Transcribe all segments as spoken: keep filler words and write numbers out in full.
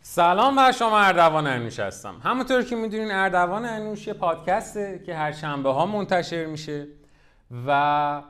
سلام بر شما، اردوان انوش هستم. همونطور که میدونین اردوان انوش یه پادکسته که هر شنبه ها منتشر میشه و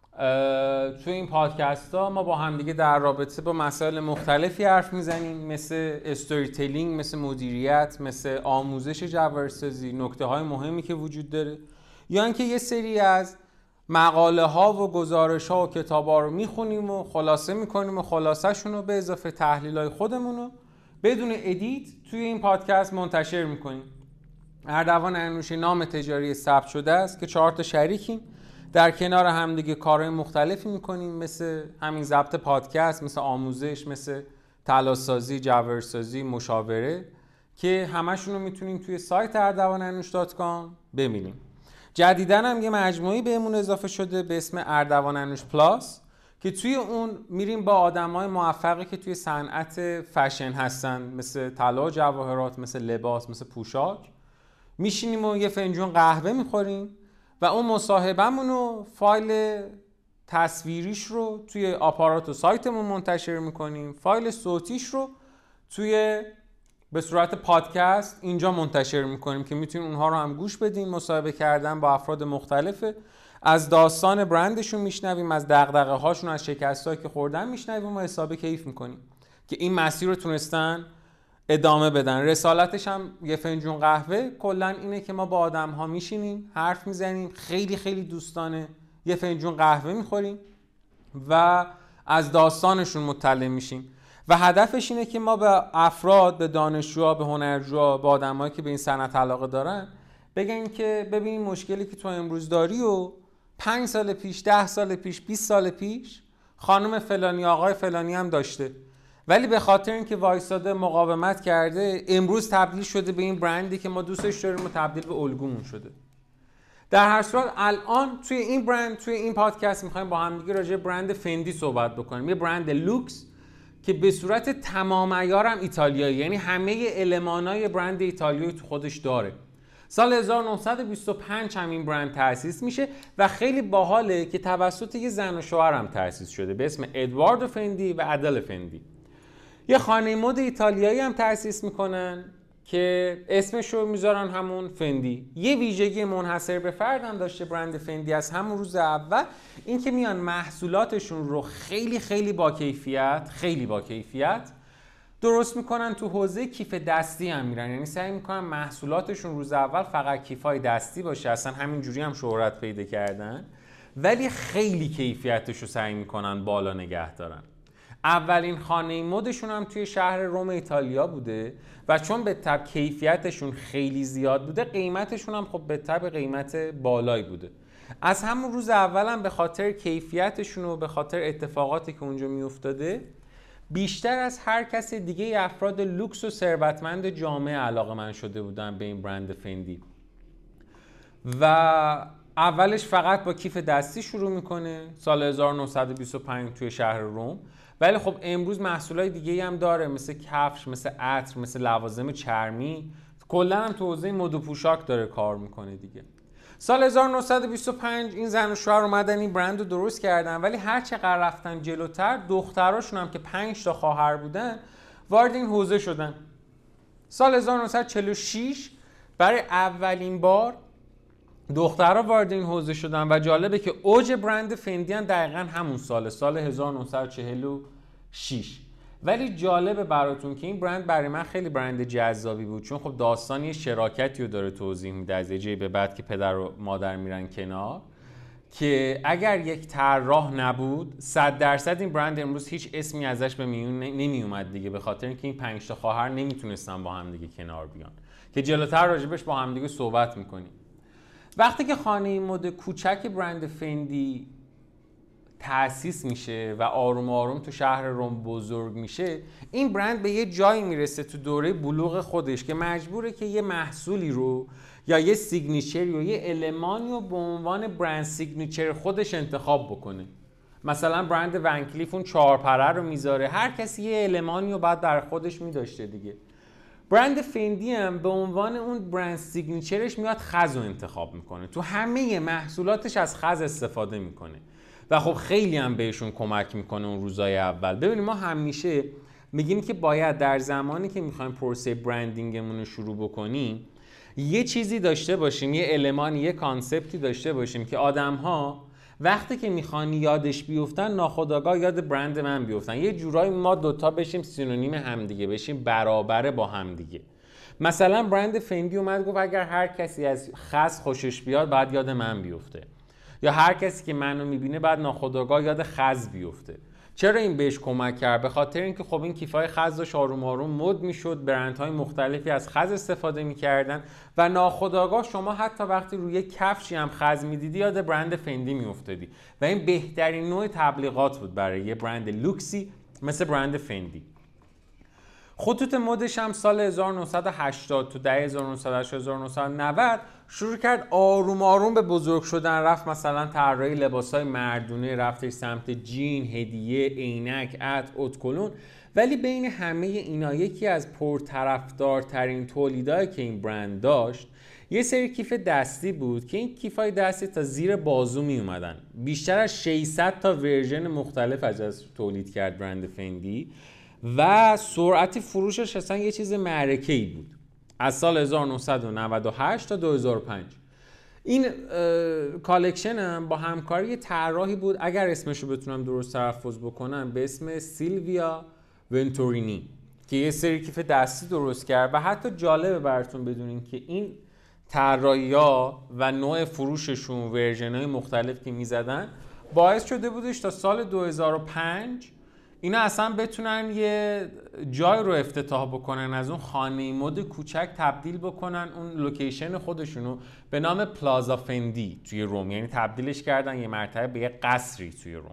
توی این پادکست ها ما با همدیگه در رابطه با مسائل مختلفی حرف میزنیم، مثل استوری تیلینگ، مثل مدیریت، مثل آموزش جوهرسازی، نکته های مهمی که وجود داره، یا اینکه یه سری از مقاله ها و گزارش ها و کتاب ها رو میخونیم و خلاصه میکنیم و خلاصه شون رو به اضافه تحلیل های خودمون رو بدون ادیت توی این پادکست منتشر میکنیم. اردوان انوش نام تجاری ثبت شده است که چهار تا شریکیم، در کنار همدیگه کارهای مختلفی میکنیم، مثل همین ضبط پادکست، مثل آموزش، مثل طلاسازی، جوهرسازی، مشاوره، که همشون رو میتونیم توی سایت اردوان انوش دات کام ببینیم. جدیداً هم یه مجموعی بهمون اضافه شده به اسم اردوان انوش پلاس که توی اون میریم با آدمای موفقی که توی صنعت فشن هستن، مثل طلا و جواهرات، مثل لباس، مثل پوشاک، میشینیم و یه فنجون قهوه میخوریم و اون مصاحبه‌مون رو، فایل تصویریش رو توی آپارات و سایتمون منتشر میکنیم، فایل صوتیش رو توی به صورت پادکست اینجا منتشر میکنیم که میتونیم اونها رو هم گوش بدیم. مصاحبه کردن با افراد مختلفه، از داستان برندشون میشنویم، از دغدغه هاشون، از شکستایی که خوردن میشنویم و حساب کیف میکنیم که این مسیر رو تونستن ادامه بدن. رسالتش هم یه فنجون قهوه کلا اینه که ما با آدم ها میشینیم، حرف میزنیم، خیلی خیلی دوستانه یه فنجون قهوه میخوریم و از داستانشون مطلع میشیم و هدفش اینه که ما به افراد، به دانشجوها، به هنرجوها، به آدمایی که به این صنعت علاقه دارن بگن که ببین مشکلی که تو امروز داری و پنج سال پیش، ده سال پیش، بیست سال پیش خانم فلانی، آقای فلانی هم داشته، ولی به خاطر اینکه وایساده مقاومت کرده امروز تبدیل شده به این برندی که ما دوستش داریم و تبدیل به الگومون شده. در هر صورت الان توی این برند، توی این پادکست می‌خوایم با هم دیگه راجع به برند فندی صحبت بکنیم. یه برند لوکس که به صورت تمام عیار هم ایتالیایی، یعنی همه المانای برند ایتالیایی تو خودش داره. سال هزار و نهصد و بیست و پنج هم این برند تأسیس میشه و خیلی باحاله که توسط یه زن و شوهر هم تأسیس شده به اسم ادواردو فندی و ادل فندی. یه خانه مد ایتالیایی هم تأسیس میکنن که اسمش رو میذارن همون فندی. یه ویژگی منحصر به فرد هم داشته برند فندی از همون روز اول، این که میان محصولاتشون رو خیلی خیلی با کیفیت، خیلی با کیفیت درست میکنن. تو حوزه کیف دستی هم میرن، یعنی سعی میکنن محصولاتشون روز اول فقط کیفای دستی باشه، اصلا همین جوری هم شهرت پیدا کردن، ولی خیلی کیفیتش رو سعی میکنن بالا نگه دارن. اولین خانه مدشون هم توی شهر روم ایتالیا بوده و چون به تبع کیفیتشون خیلی زیاد بوده، قیمتشون هم خب به تبع قیمت بالایی بوده. از همون روز اول هم به خاطر کیفیتشون و به خاطر اتفاقاتی که اونجا میافتاده، بیشتر از هر کس دیگه افراد لوکس و ثروتمند جامعه علاقه‌مند شده بودن به این برند فندی و اولش فقط با کیف دستی شروع میکنه سال هزار و نهصد و بیست و پنج توی شهر روم، ولی خب امروز محصولای دیگه‌ای هم داره، مثل کفش، مثل عطر، مثل لوازم چرمی، کلا هم تو حوزه مد و پوشاک داره کار میکنه دیگه. سال هزار و نهصد و بیست و پنج این زن و شوهر اومدن این برند رو درست کردن، ولی هر چقدر رفتن جلوتر دختراشون هم که پنج تا خواهر بودن وارد این حوزه شدن. سال هزار و نهصد و چهل و شش برای اولین بار دخترها وارد این حوزه شدن و جالبه که اوج برند فندی هم دقیقاً همون ساله، سال هزار و نهصد و چهل و شش. ولی جالبه براتون که این برند برای من خیلی برند جذابی بود، چون خب داستان یه شراکتی رو داره توضیح میده از یه جایی به بعد که پدر و مادر میرن کنار، که اگر یک طراح نبود صد درصد این برند امروز هیچ اسمی ازش به میون نمی اومد دیگه، به خاطر اینکه این پنج تا خواهر نمیتونستن با هم دیگه کنار بیان، که جلوتر راجبش با هم دیگه صحبت میکنیم. وقتی که خانه مد کوچک برند فندی تأسیس میشه و آروم آروم تو شهر روم بزرگ میشه، این برند به یه جایی میرسه تو دوره بلوغ خودش که مجبوره که یه محصولی رو یا یه سیگنیچری یا یه المانی رو به عنوان برند سیگنیچر خودش انتخاب بکنه. مثلا برند ونکلیف اون چهارپره رو میذاره، هر کسی یه المانی رو بعد در خودش میداشته دیگه. برند فندی هم به عنوان اون برند سیگنیچرش میاد خز رو انتخاب میکنه، تو همه محصولاتش از خز استفاده میکنه و خب خیلی هم بهشون کمک میکنه اون روزای اول. ببینید ما همیشه میگیم که باید در زمانی که میخوایم پروسه برندینگمون رو شروع بکنیم یه چیزی داشته باشیم، یه المان، یه کانسپتی داشته باشیم که آدم‌ها وقتی که میخوان یادش بیفتن ناخودآگاه یاد برند من بیفتن. یه جورایی ما دوتا بشیم سینونیم همدیگه، بشیم برابره با همدیگه. مثلا برند فندی اومد گفت اگر هر کسی از خز خوشش بیاد باید یاد من بیفته، یا هر کسی که منو میبینه بعد ناخودآگاه یاد خز بیفته. چرا این بهش کمک کرد؟ به خاطر اینکه خب این کیفای خز داشت آروم آروم مد میشد، برندهای مختلفی از خز استفاده میکردن و ناخودآگاه شما حتی وقتی روی کفشی هم خز میدیدی یاد برند فندی میافتادی و این بهترین نوع تبلیغات بود برای یه برند لوکسی مثل برند فندی. خطوط مدش هم سال هزار و نهصد و هشتاد تو دهه هزار و نهصد و هشتاد هزار و نهصد و نود شروع کرد آروم آروم به بزرگ شدن رفت. مثلا طراحی لباسای مردونه رفتش سمت جین، هدیه، عینک، عطر، اتکلون. ولی بین همه اینا یکی از پرطرفدارترین تولیدایی که این برند داشت یه سری کیف دستی بود که این کیفای دستی تا زیر بازو می اومدن. بیشتر از ششصد تا ورژن مختلف از تولید کرد برند فندی و سرعت فروشش اصلا یه چیز معرکه‌ای بود از سال هزار و نهصد و نود و هشت تا دو هزار و پنج. این کالکشن هم با همکاری طراحی بود، اگر اسمشو بتونم درست تلفظ بکنم، به اسم سیلویا ونتورینی که یه سری کیف دستی درست کرد. و حتی جالبه براتون بدونین که این طراحی‌ها و نوع فروششون، ورژن‌های مختلف که می‌زدن باعث شده بودش تا سال دو هزار و پنج اینا اصلا بتونن یه جای رو افتتاح بکنن، از اون خانه مد کوچک تبدیل بکنن اون لوکیشن خودشونو به نام پلازا فندی توی روم، یعنی تبدیلش کردن یه مرتبه به یه قصری توی روم.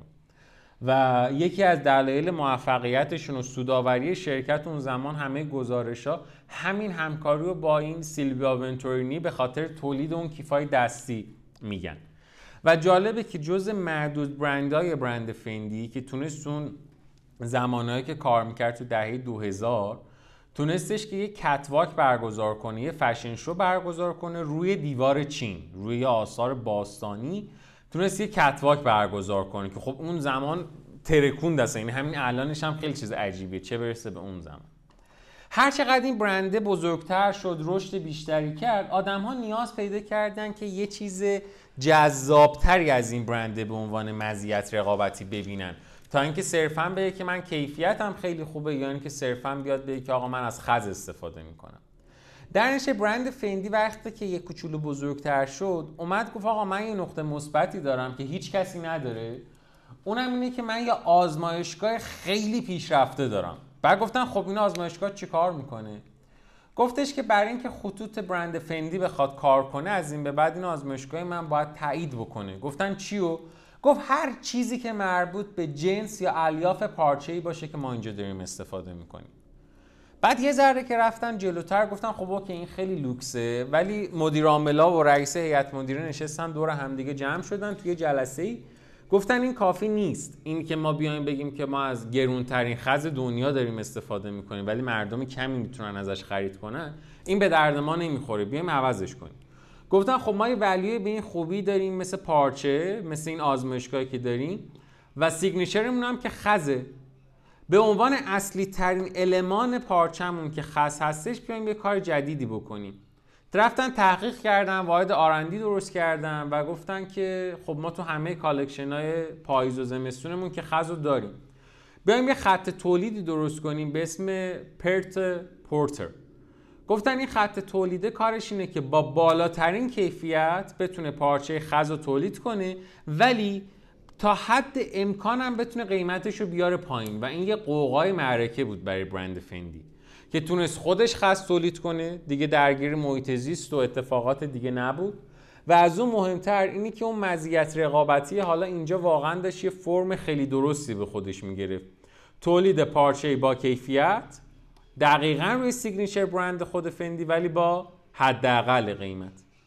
و یکی از دلایل موفقیتشون و سودآوری شرکت اون زمان همه گزارش‌ها همین همکاری رو با این سیلویا ونتورینی به خاطر تولید اون کیفای دستی میگن. و جالبه که جز معدود برندهای برند فندی که تونست اون زمانهایی که کار میکرد تو دهه دو هزار تونستش که یه کتواک برگزار کنه، یه فشن شو برگزار کنه روی دیوار چین، روی آثار باستانی تونست یه کتواک برگزار کنه که خب اون زمان ترکوند است. یعنی همین الانش هم خیلی چیز عجیبیه، چه برسه به اون زمان. هر چقدر این برنده بزرگتر شد، رشد بیشتری کرد، آدم‌ها نیاز پیدا کردن که یه چیز جذابتری از این برنده به عنوان مزیت رقابتی ببینن، تا اینکه صرفاً بگه که من کیفیتم خیلی خوبه، یا اینکه صرفاً بیاد بگه که آقا من از خز استفاده میکنم. در نتیجه برند فندی وقتی که یک کوچولو بزرگتر شد اومد گفت آقا من یه نقطه مثبتی دارم که هیچ کسی نداره، اونم اینه که من یه آزمایشگاه خیلی پیشرفته دارم. بعد گفتن خب این آزمایشگاه چی کار میکنه؟ گفتش که برای اینکه خطوط برند فندی بخواد کار کنه از این به بعد این آزمایشگاه من باید تایید بکنه. گفتن چیو؟ گفت هر چیزی که مربوط به جنس یا الیاف پارچه‌ای باشه که ما اینجا داریم استفاده میکنیم. بعد یه ذره که رفتن جلوتر گفتن خب اوکی این خیلی لوکسه، ولی مدیر عاملا و رئیس هیئت مدیره نشستن دور همدیگه جمع شدن توی جلسه‌ای، گفتن این کافی نیست این که ما بیایم بگیم که ما از گرونترین خز دنیا داریم استفاده میکنیم ولی مردم کمی میتونن ازش خرید کنن، این به درد ما نمیخوره، بیایم عوضش کنیم. گفتن خب ما یه ولیوی به این خوبی داریم مثل پارچه، مثل این آزمایشگاهی که داریم و سیگنیچرمون هم که خزه، به عنوان اصلی ترین المان پارچمون که خز هستش بیایم یه کار جدیدی بکنیم. رفتن تحقیق کردن، واحد آرندی درست کردن و گفتن که خب ما تو همه کالکشن‌های پاییز و زمستونمون که خز رو داریم، بیایم یه خط تولیدی درست کنیم به اسم پرت پورتر. گفتن این خط تولیده کارش اینه که با بالاترین کیفیت بتونه پارچه خز رو تولید کنه ولی تا حد امکانم بتونه قیمتش رو بیاره پایین. و این یه قوقای معرکه بود برای برند فندی که تونست خودش خز تولید کنه، دیگه درگیر محیط زیست و اتفاقات دیگه نبود و از اون مهمتر اینی که اون مزیت رقابتی حالا اینجا واقعا داشت یه فرم خیلی درستی به خودش میگرفت. تولید پارچه با کیفیت دقیقاً روی سیگنیچر برند خود فندی ولی با حداقل قیمت.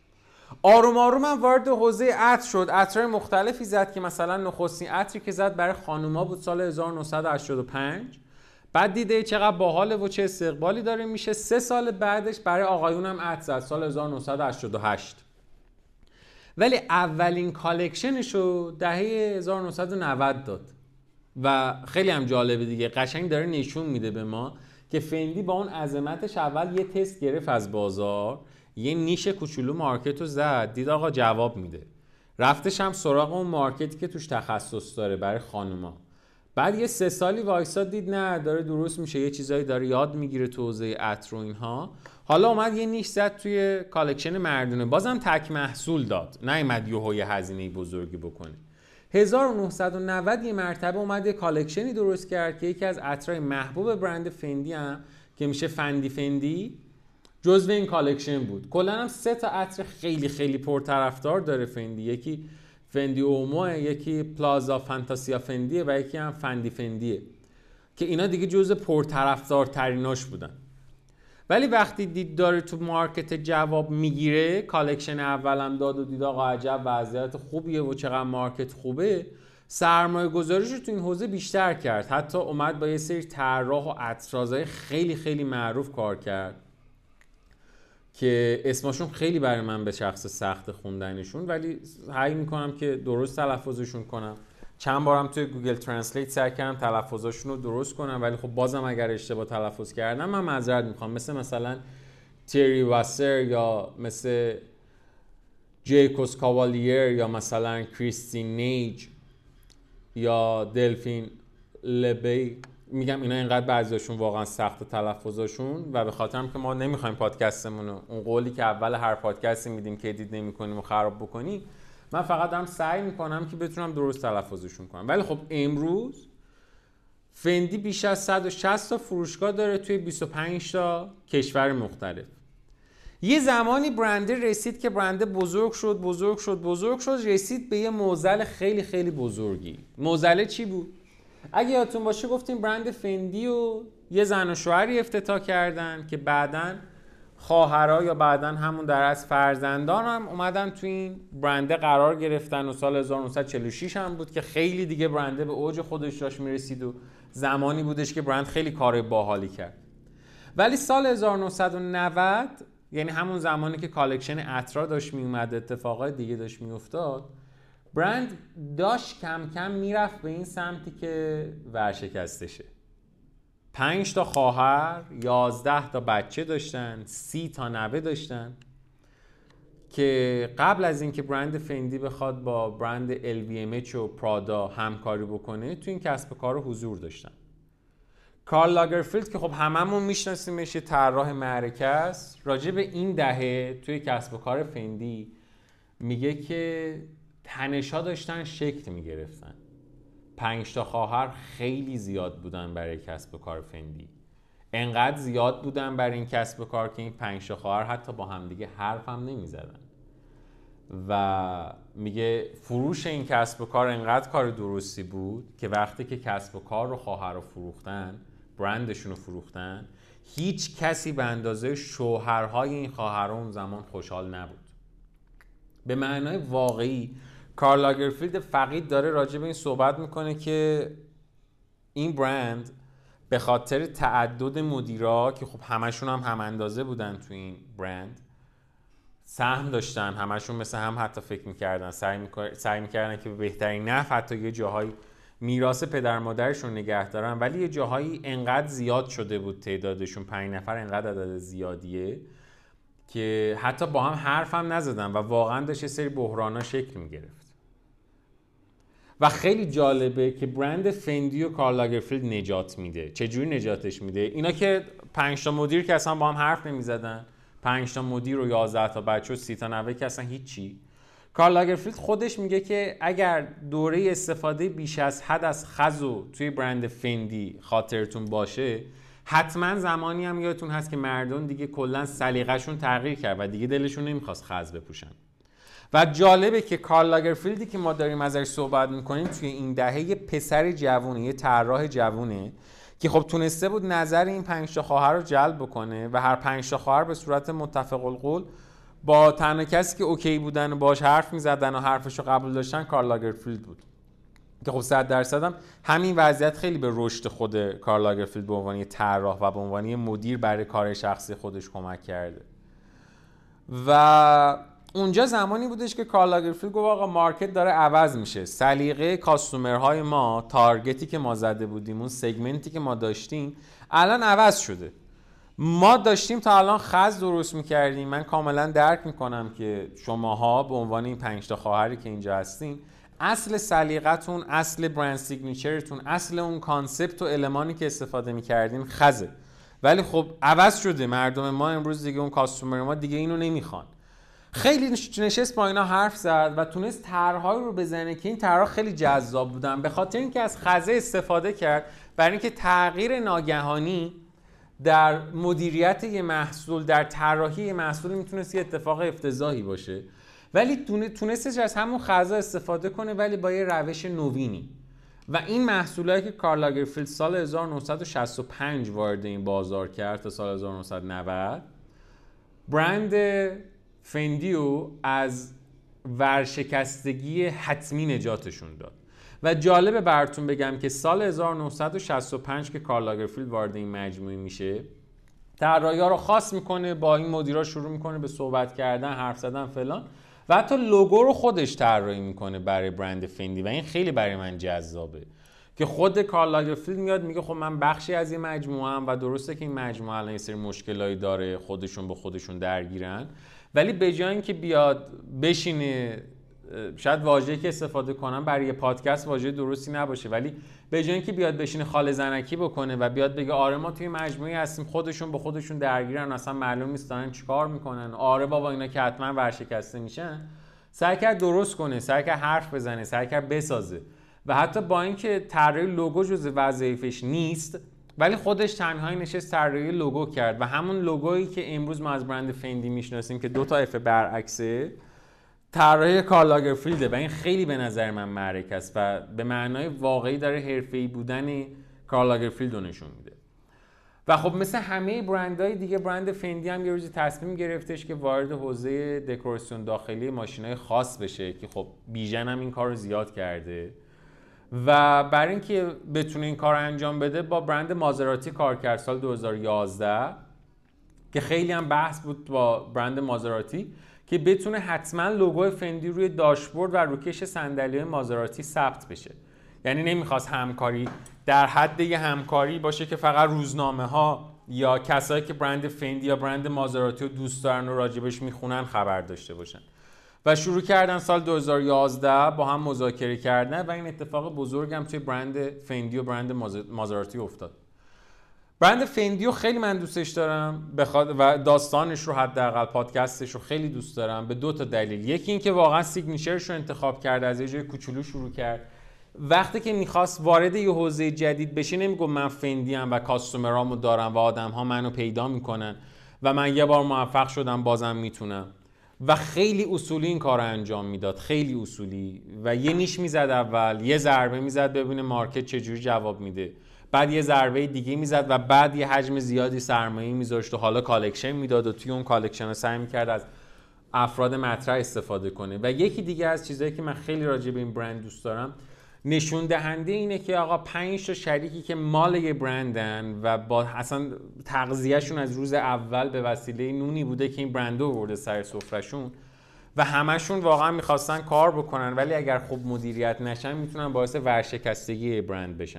آروم آروم هم وارد حوزه عطر شد، عطرهای مختلفی زد که مثلا نخستین عطری که زد برای خانوما بود سال هزار و نهصد و هشتاد و پنج. بعد دیده چقدر باحاله و چه استقبالی داره میشه، سه سال بعدش برای آقایون هم عطر زد سال هزار و نهصد و هشتاد و هشت. ولی اولین کالکشنشو دهه هزار و نهصد و نود داد. و خیلی هم جالبه دیگه، قشنگ داره نشون میده به ما که فندی با اون عظمتش اول یه تست گرفت از بازار، یه نیش کوچولو مارکت رو زد، دید آقا جواب میده، رفتش هم سراغ اون مارکتی که توش تخصص داره برای خانوما. بعد یه سه سالی وایساد، دید نه داره درست میشه، یه چیزایی داره یاد میگیره تو حوزه عطر و اینها. حالا اومد یه نیش زد توی کالکشن مردونه، بازم تک محصول داد، نیومد یهو یه هزینه بزرگی بکنه. هزار و نهصد و نود یه مرتبه اومد یه کالکشنی درست کرد که یکی از عطرهای محبوب برند فندی هم که میشه فندی فندی جزو این کالکشن بود. کلا هم سه تا عطر خیلی خیلی پرطرفدار داره فندی، یکی فندی اومو، یکی پلازا فانتاسیا فندیه و یکی هم فندی فندیه که اینا دیگه جزو پرطرفدار تریناش بودن. ولی وقتی دید داره تو مارکت جواب میگیره، کالکشن اولم داد و دید آقا عجب وضعیت خوبیه و چقدر مارکت خوبه، سرمایه گذاریش رو تو این حوزه بیشتر کرد. حتی اومد با یه سری طراح و عطرسازای خیلی خیلی معروف کار کرد که اسمشون خیلی برای من به شخص سخت خوندنشون، ولی سعی میکنم که درست تلفظشون کنم. چند بارم توی گوگل ترنسلیت سعی کردم تلفظاشون رو درست کنم، ولی خب بازم اگر اشتباه تلفظ کردم من معذرت میخوام. مثل مثلا تیری واسر یا مثل جیکوس کاوالیر یا مثلا کریستی نیج یا دلفین لبی، میگم اینا اینقدر بعضیاشون واقعا سخت تلفظاشون و به خاطرم که ما نمیخوایم پادکستمون رو اون قولی که اول هر پادکستی میدیم که ادیت نمیکنیم و خراب بکنیم، من فقط هم سعی میکنم که بتونم درست تلفظشون کنم. ولی خب امروز فندی بیش از صد و شصت تا فروشگاه داره توی بیست و پنج تا کشور مختلف. یه زمانی برنده رسید که برنده بزرگ شد بزرگ شد بزرگ شد رسید به یه معضل خیلی خیلی بزرگی. معضل چی بود؟ اگه یادتون باشه گفتیم برند فندی و یه زن و شوهری افتتاح کردن که بعدن خواهرها یا بعدن همون در از فرزندان هم اومدن تو این برنده قرار گرفتن و سال هزار و نهصد و چهل و شش هم بود که خیلی دیگه برنده به اوج خودش داشت میرسید و زمانی بودش که برند خیلی کار باحالی کرد. ولی سال هزار و نهصد و نود، یعنی همون زمانی که کالکشن عطرا داشت می اومد، اتفاقات دیگه داشت می افتاد، برند داشت کم کم میرفت به این سمتی که ورشکسته شه. پنج تا خواهر، یازده تا بچه داشتن، سی تا نوه داشتن که قبل از اینکه برند فندی بخواد با برند ال وی ام اچ و پرادا همکاری بکنه تو این کسب و کار حضور داشتن. کارل لاگرفیلد که خب هممون میشناسیمش، یه طراح معرکه است، راجع به این دهه توی کسب و کار فندی میگه که تنش‌ها داشتن شکل میگرفتن. پنج تا خواهر خیلی زیاد بودن برای کسب و کار فندی، انقدر زیاد بودن برای این کسب و کار که این پنج تا خواهر حتی با همدیگه حرف هم نمیزدن و میگه فروش این کسب و کار انقدر کار درستی بود که وقتی که کسب و کار رو خواهر رو فروختن، برندشون رو فروختن، هیچ کسی به اندازه شوهرهای این خواهرها اون زمان خوشحال نبود. به معنای واقعی کارل لاگرفیلد فقید داره راجع به این صحبت میکنه که این برند به خاطر تعدد مدیرا که خب همشون هم هم اندازه بودن تو این برند، سهم داشتن، همشون مثل هم حتی فکر میکردن، سعی میکردن سعی میکردن که به بهترین نحو حتی یه جاهایی میراث پدر مادرشون نگه دارن، ولی یه جاهایی انقدر زیاد شده بود تعدادشون، پنج نفر انقدر عدد زیادیه که حتی با هم حرف هم نزدن و واقعا داشت یه سری بحرانا شکل میگرفت. و خیلی جالبه که برند فندی و کارل لاگرفیلد نجات میده. چجوری نجاتش میده؟ اینا که پنج تا مدیر که اصلا با هم حرف نمیزدن، پنج تا مدیر و یازده تا بچه و سی تا نوه که اصلا هیچی، کارل لاگرفیلد خودش میگه که اگر دوره استفاده بیش از حد از خزو توی برند فندی خاطرتون باشه، حتما زمانی هم یادتون هست که مردم دیگه کلا سلیقه‌شون تغییر کرد و دیگه دلشون نمیخواست خز بپوشن. و جالبه که کارل لاگرفیلدی که ما داریم ازش صحبت میکنیم توی این دهه یه پسر جوونه، یه طراح جوونه که خب تونسته بود نظر این پنج تا خواهر رو جلب بکنه و هر پنج تا خواهر به صورت متفق القول با تنها کسی که اوکی بودن و باهاش حرف میزدن و حرفش رو قبول داشتن کارل لاگرفیلد بود که خب صد درصد هم همین وضعیت خیلی به رشد خود کارل لاگرفیلد به عنوان طراح و به عنوان مدیر برای کار شخصی خودش کمک کرده. و اونجا زمانی بودش که کارل لاگرفیلد گفت آقا مارکت داره عوض میشه، سلیقه کاستومرهای ما، تارگتی که ما زده بودیم، اون سگمنتی که ما داشتیم الان عوض شده. ما داشتیم تا الان خز درست میکردیم. من کاملا درک میکنم که شماها به عنوان این پنج تا خواهری که اینجا هستین، اصل سلیقتون، اصل برند سیگنیچرتون، اصل اون کانسپت و المانی که استفاده میکردین خزه. ولی خب عوض شده، مردم ما امروز دیگه، اون کاستومر ما دیگه اینو نمیخوان. خیلی نشست با اینا حرف زد و تونست طرح‌هایی رو بزنه که این طرح‌ها خیلی جذاب بودن، به خاطر اینکه از خزه استفاده کرد برای اینکه تغییر ناگهانی در مدیریت یه محصول، در طراحی یه محصول میتونست یه اتفاق افتضاحی باشه، ولی تونستش از همون خزه استفاده کنه، ولی با یه روش نوینی. و این محصولایی که کارل لاگرفیلد سال هزار و نهصد و شصت و پنج وارد این بازار کرد تا سال هزار و نهصد و نود، برند فندیو از ورشکستگی حتمی نجاتشون داد. و جالبه براتون بگم که سال هزار و نهصد و شصت و پنج که کارل لاگرفیلد وارد این مجموعه میشه، طراحی‌ها رو خاص میکنه، با این مدیرا شروع میکنه به صحبت کردن، حرف زدن فلان، و حتی لوگو رو خودش طراحی میکنه برای برند فندی. و این خیلی برای من جذابه که خود کارل لاگرفیلد میاد میگه خب من بخشی از این مجموعه ام و درسته که این مجموعه الان یه سری مشکلایی داره، خودشون به خودشون درگیرن، ولی به جای اینکه بیاد بشینه، شاید واژه‌ای که استفاده کنم برای یه پادکست واژه درستی نباشه، ولی به جای اینکه بیاد بشینه خاله زنکی بکنه و بیاد بگه آره ما توی مجموعه هستیم خودشون به خودشون درگیرن، اصلا معلوم نیست دارن چیکار میکنن، آره بابا اینا که حتما ورشکسته میشن، سعی کرد درست کنه، سعی کرد حرف بزنه، سعی کرد بسازه. و حتی با اینکه طراحی لوگو جزء وظایفش نیست، ولی خودش تنهایی نشست طراحی لوگو کرد و همون لوگویی که امروز ما از برند فندی میشناسیم که دو تا اف برعکسه، طراحی کارل لاگرفیلده. و این خیلی به نظر من معرکه است و به معنای واقعی داره حرفه‌ای بودن کارل لاگرفیلد رو نشون میده. و خب مثل همه برندهای دیگه، برند فندی هم یه روزی تصمیم گرفتش که وارد حوزه دکوراسیون داخلی ماشینای خاص بشه که خب بیژن هم این کار رو زیاد کرده و برای اینکه بتونه این کار انجام بده با برند مازراتی کار کرد سال دو هزار و یازده که خیلی هم بحث بود با برند مازراتی که بتونه حتما لوگو فندی روی داشبورد و روکش صندلی مازراتی ثبت بشه. یعنی نمیخواست همکاری در حد یه همکاری باشه که فقط روزنامه ها یا کسایی که برند فندی یا برند مازراتی رو دوست دارن و راجبش میخونن خبر داشته باشن. و شروع کردن سال دو هزار و یازده با هم مذاکره کردن و این اتفاق بزرگ هم توی برند فندی و برند مازراتی افتاد. برند فندیو خیلی من دوستش دارم بخاطر و داستانش رو، حداقل پادکستش رو خیلی دوست دارم به دو تا دلیل. یکی این که واقعا سیگنیچرش رو انتخاب کرد، از یه جای کوچولو شروع کرد. وقتی که میخواست وارد یه حوزه جدید بشه نمیگم من فندی ام و کاستومرامو دارم و آدم‌ها منو پیدا میکنن و من یه بار موفق شدم بازم میتونم. و خیلی اصولی این کار رو انجام میداد، خیلی اصولی، و یه نیش میزد، اول یه ضربه میزد ببینه مارکت چجوری جواب میده، بعد یه ضربه دیگه میزد و بعد یه حجم زیادی سرمایه میذاشت و حالا کالکشن میداد و توی اون کالکشن سعی میکرد از افراد مطرح استفاده کنه. و یکی دیگه از چیزایی که من خیلی راجع به این برند دوست دارم، نشون دهنده اینه که آقا پنج تا شریکی که مال یه برندن و با اصلا تغذیه‌شون از روز اول به وسیله نونی بوده که این برند رو برده سر سفرهشون و همشون واقعا میخواستن کار بکنن، ولی اگر خوب مدیریت نشن میتونن باعث ورشکستگی برند بشن.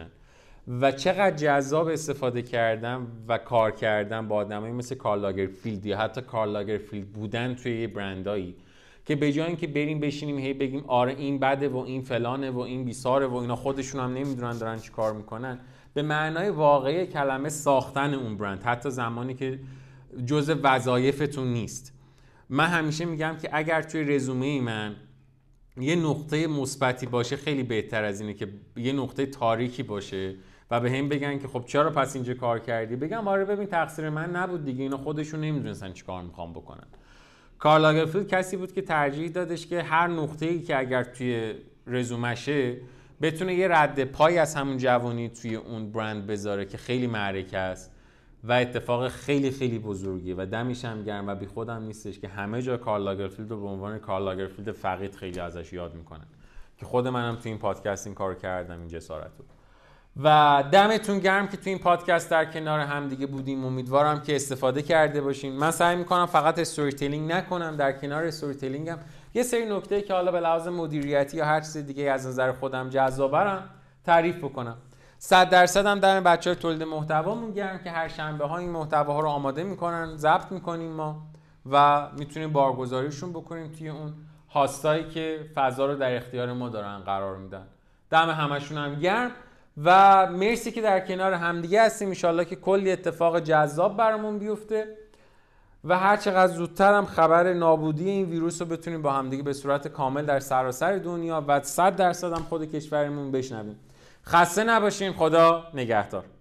و چقدر جذاب استفاده کردن و کار کردن با آدمایی مثل کارل لاگرفیلد یا حتی کارل لاگرفیلد بودن توی یه برندایی که به جای اینکه بریم بشینیم هی بگیم آره این بده و این فلانه و این بیساره و اینا خودشون هم نمیدونن دارن چی کار میکنن، به معنای واقعی کلمه ساختن اون برند، حتی زمانی که جزء وظایفتون نیست. من همیشه میگم که اگر توی رزومه من یه نقطه مثبتی باشه خیلی بهتر از اینه که یه نقطه تاریکی باشه و به هم بگن که خب چرا پس اینجا کار کردی، بگم آره ببین تقصیر من نبود دیگه، اینا خودشون نمیدونستن چی کار میخوام بکنن. کارل لاگرفیلد کسی بود که ترجیح دادش که هر نقطه‌ای که اگر توی رزومشه بتونه یه رد پای از همون جوانی توی اون برند بذاره که خیلی معرکه است و اتفاق خیلی خیلی بزرگیه و دمش هم گرم و بی خودم نیستش که همه جا کارل لاگرفیلد رو به عنوان کارل لاگرفیلد فقید خیلی ازش یاد میکنن که خود منم توی این پادکست این کارو کردم، این جسارت رو. و دمتون گرم که تو این پادکست در کنار هم دیگه بودیم. امیدوارم که استفاده کرده باشین. من سعی میکنم فقط استوری تیلینگ نکنم، در کنار استوری تیلینگم یه سری نکته که حالا به لحاظ مدیریتی یا هر چیز دیگه از نظر خودم جذابرم تعریف بکنم. صد درصد هم دم بچهای تولید محتوامون گرم که هر شنبه ها این محتواها رو آماده میکنن، ضبط میکنیم ما و میتونیم بارگذاریشون بکنیم توی اون هاستایی که فضا رو در اختیار ما دارن قرار میدن. دم همشون هم گرم و مرسی که در کنار همدیگه هستیم. ان شاءالله که کلی اتفاق جذاب برامون بیفته و هر چقدر زودتر هم خبر نابودی این ویروس رو بتونیم با همدیگه به صورت کامل در سراسر دنیا و صد درصد هم خود کشورمون بشنویم. خسته نباشین. خدا نگهدار.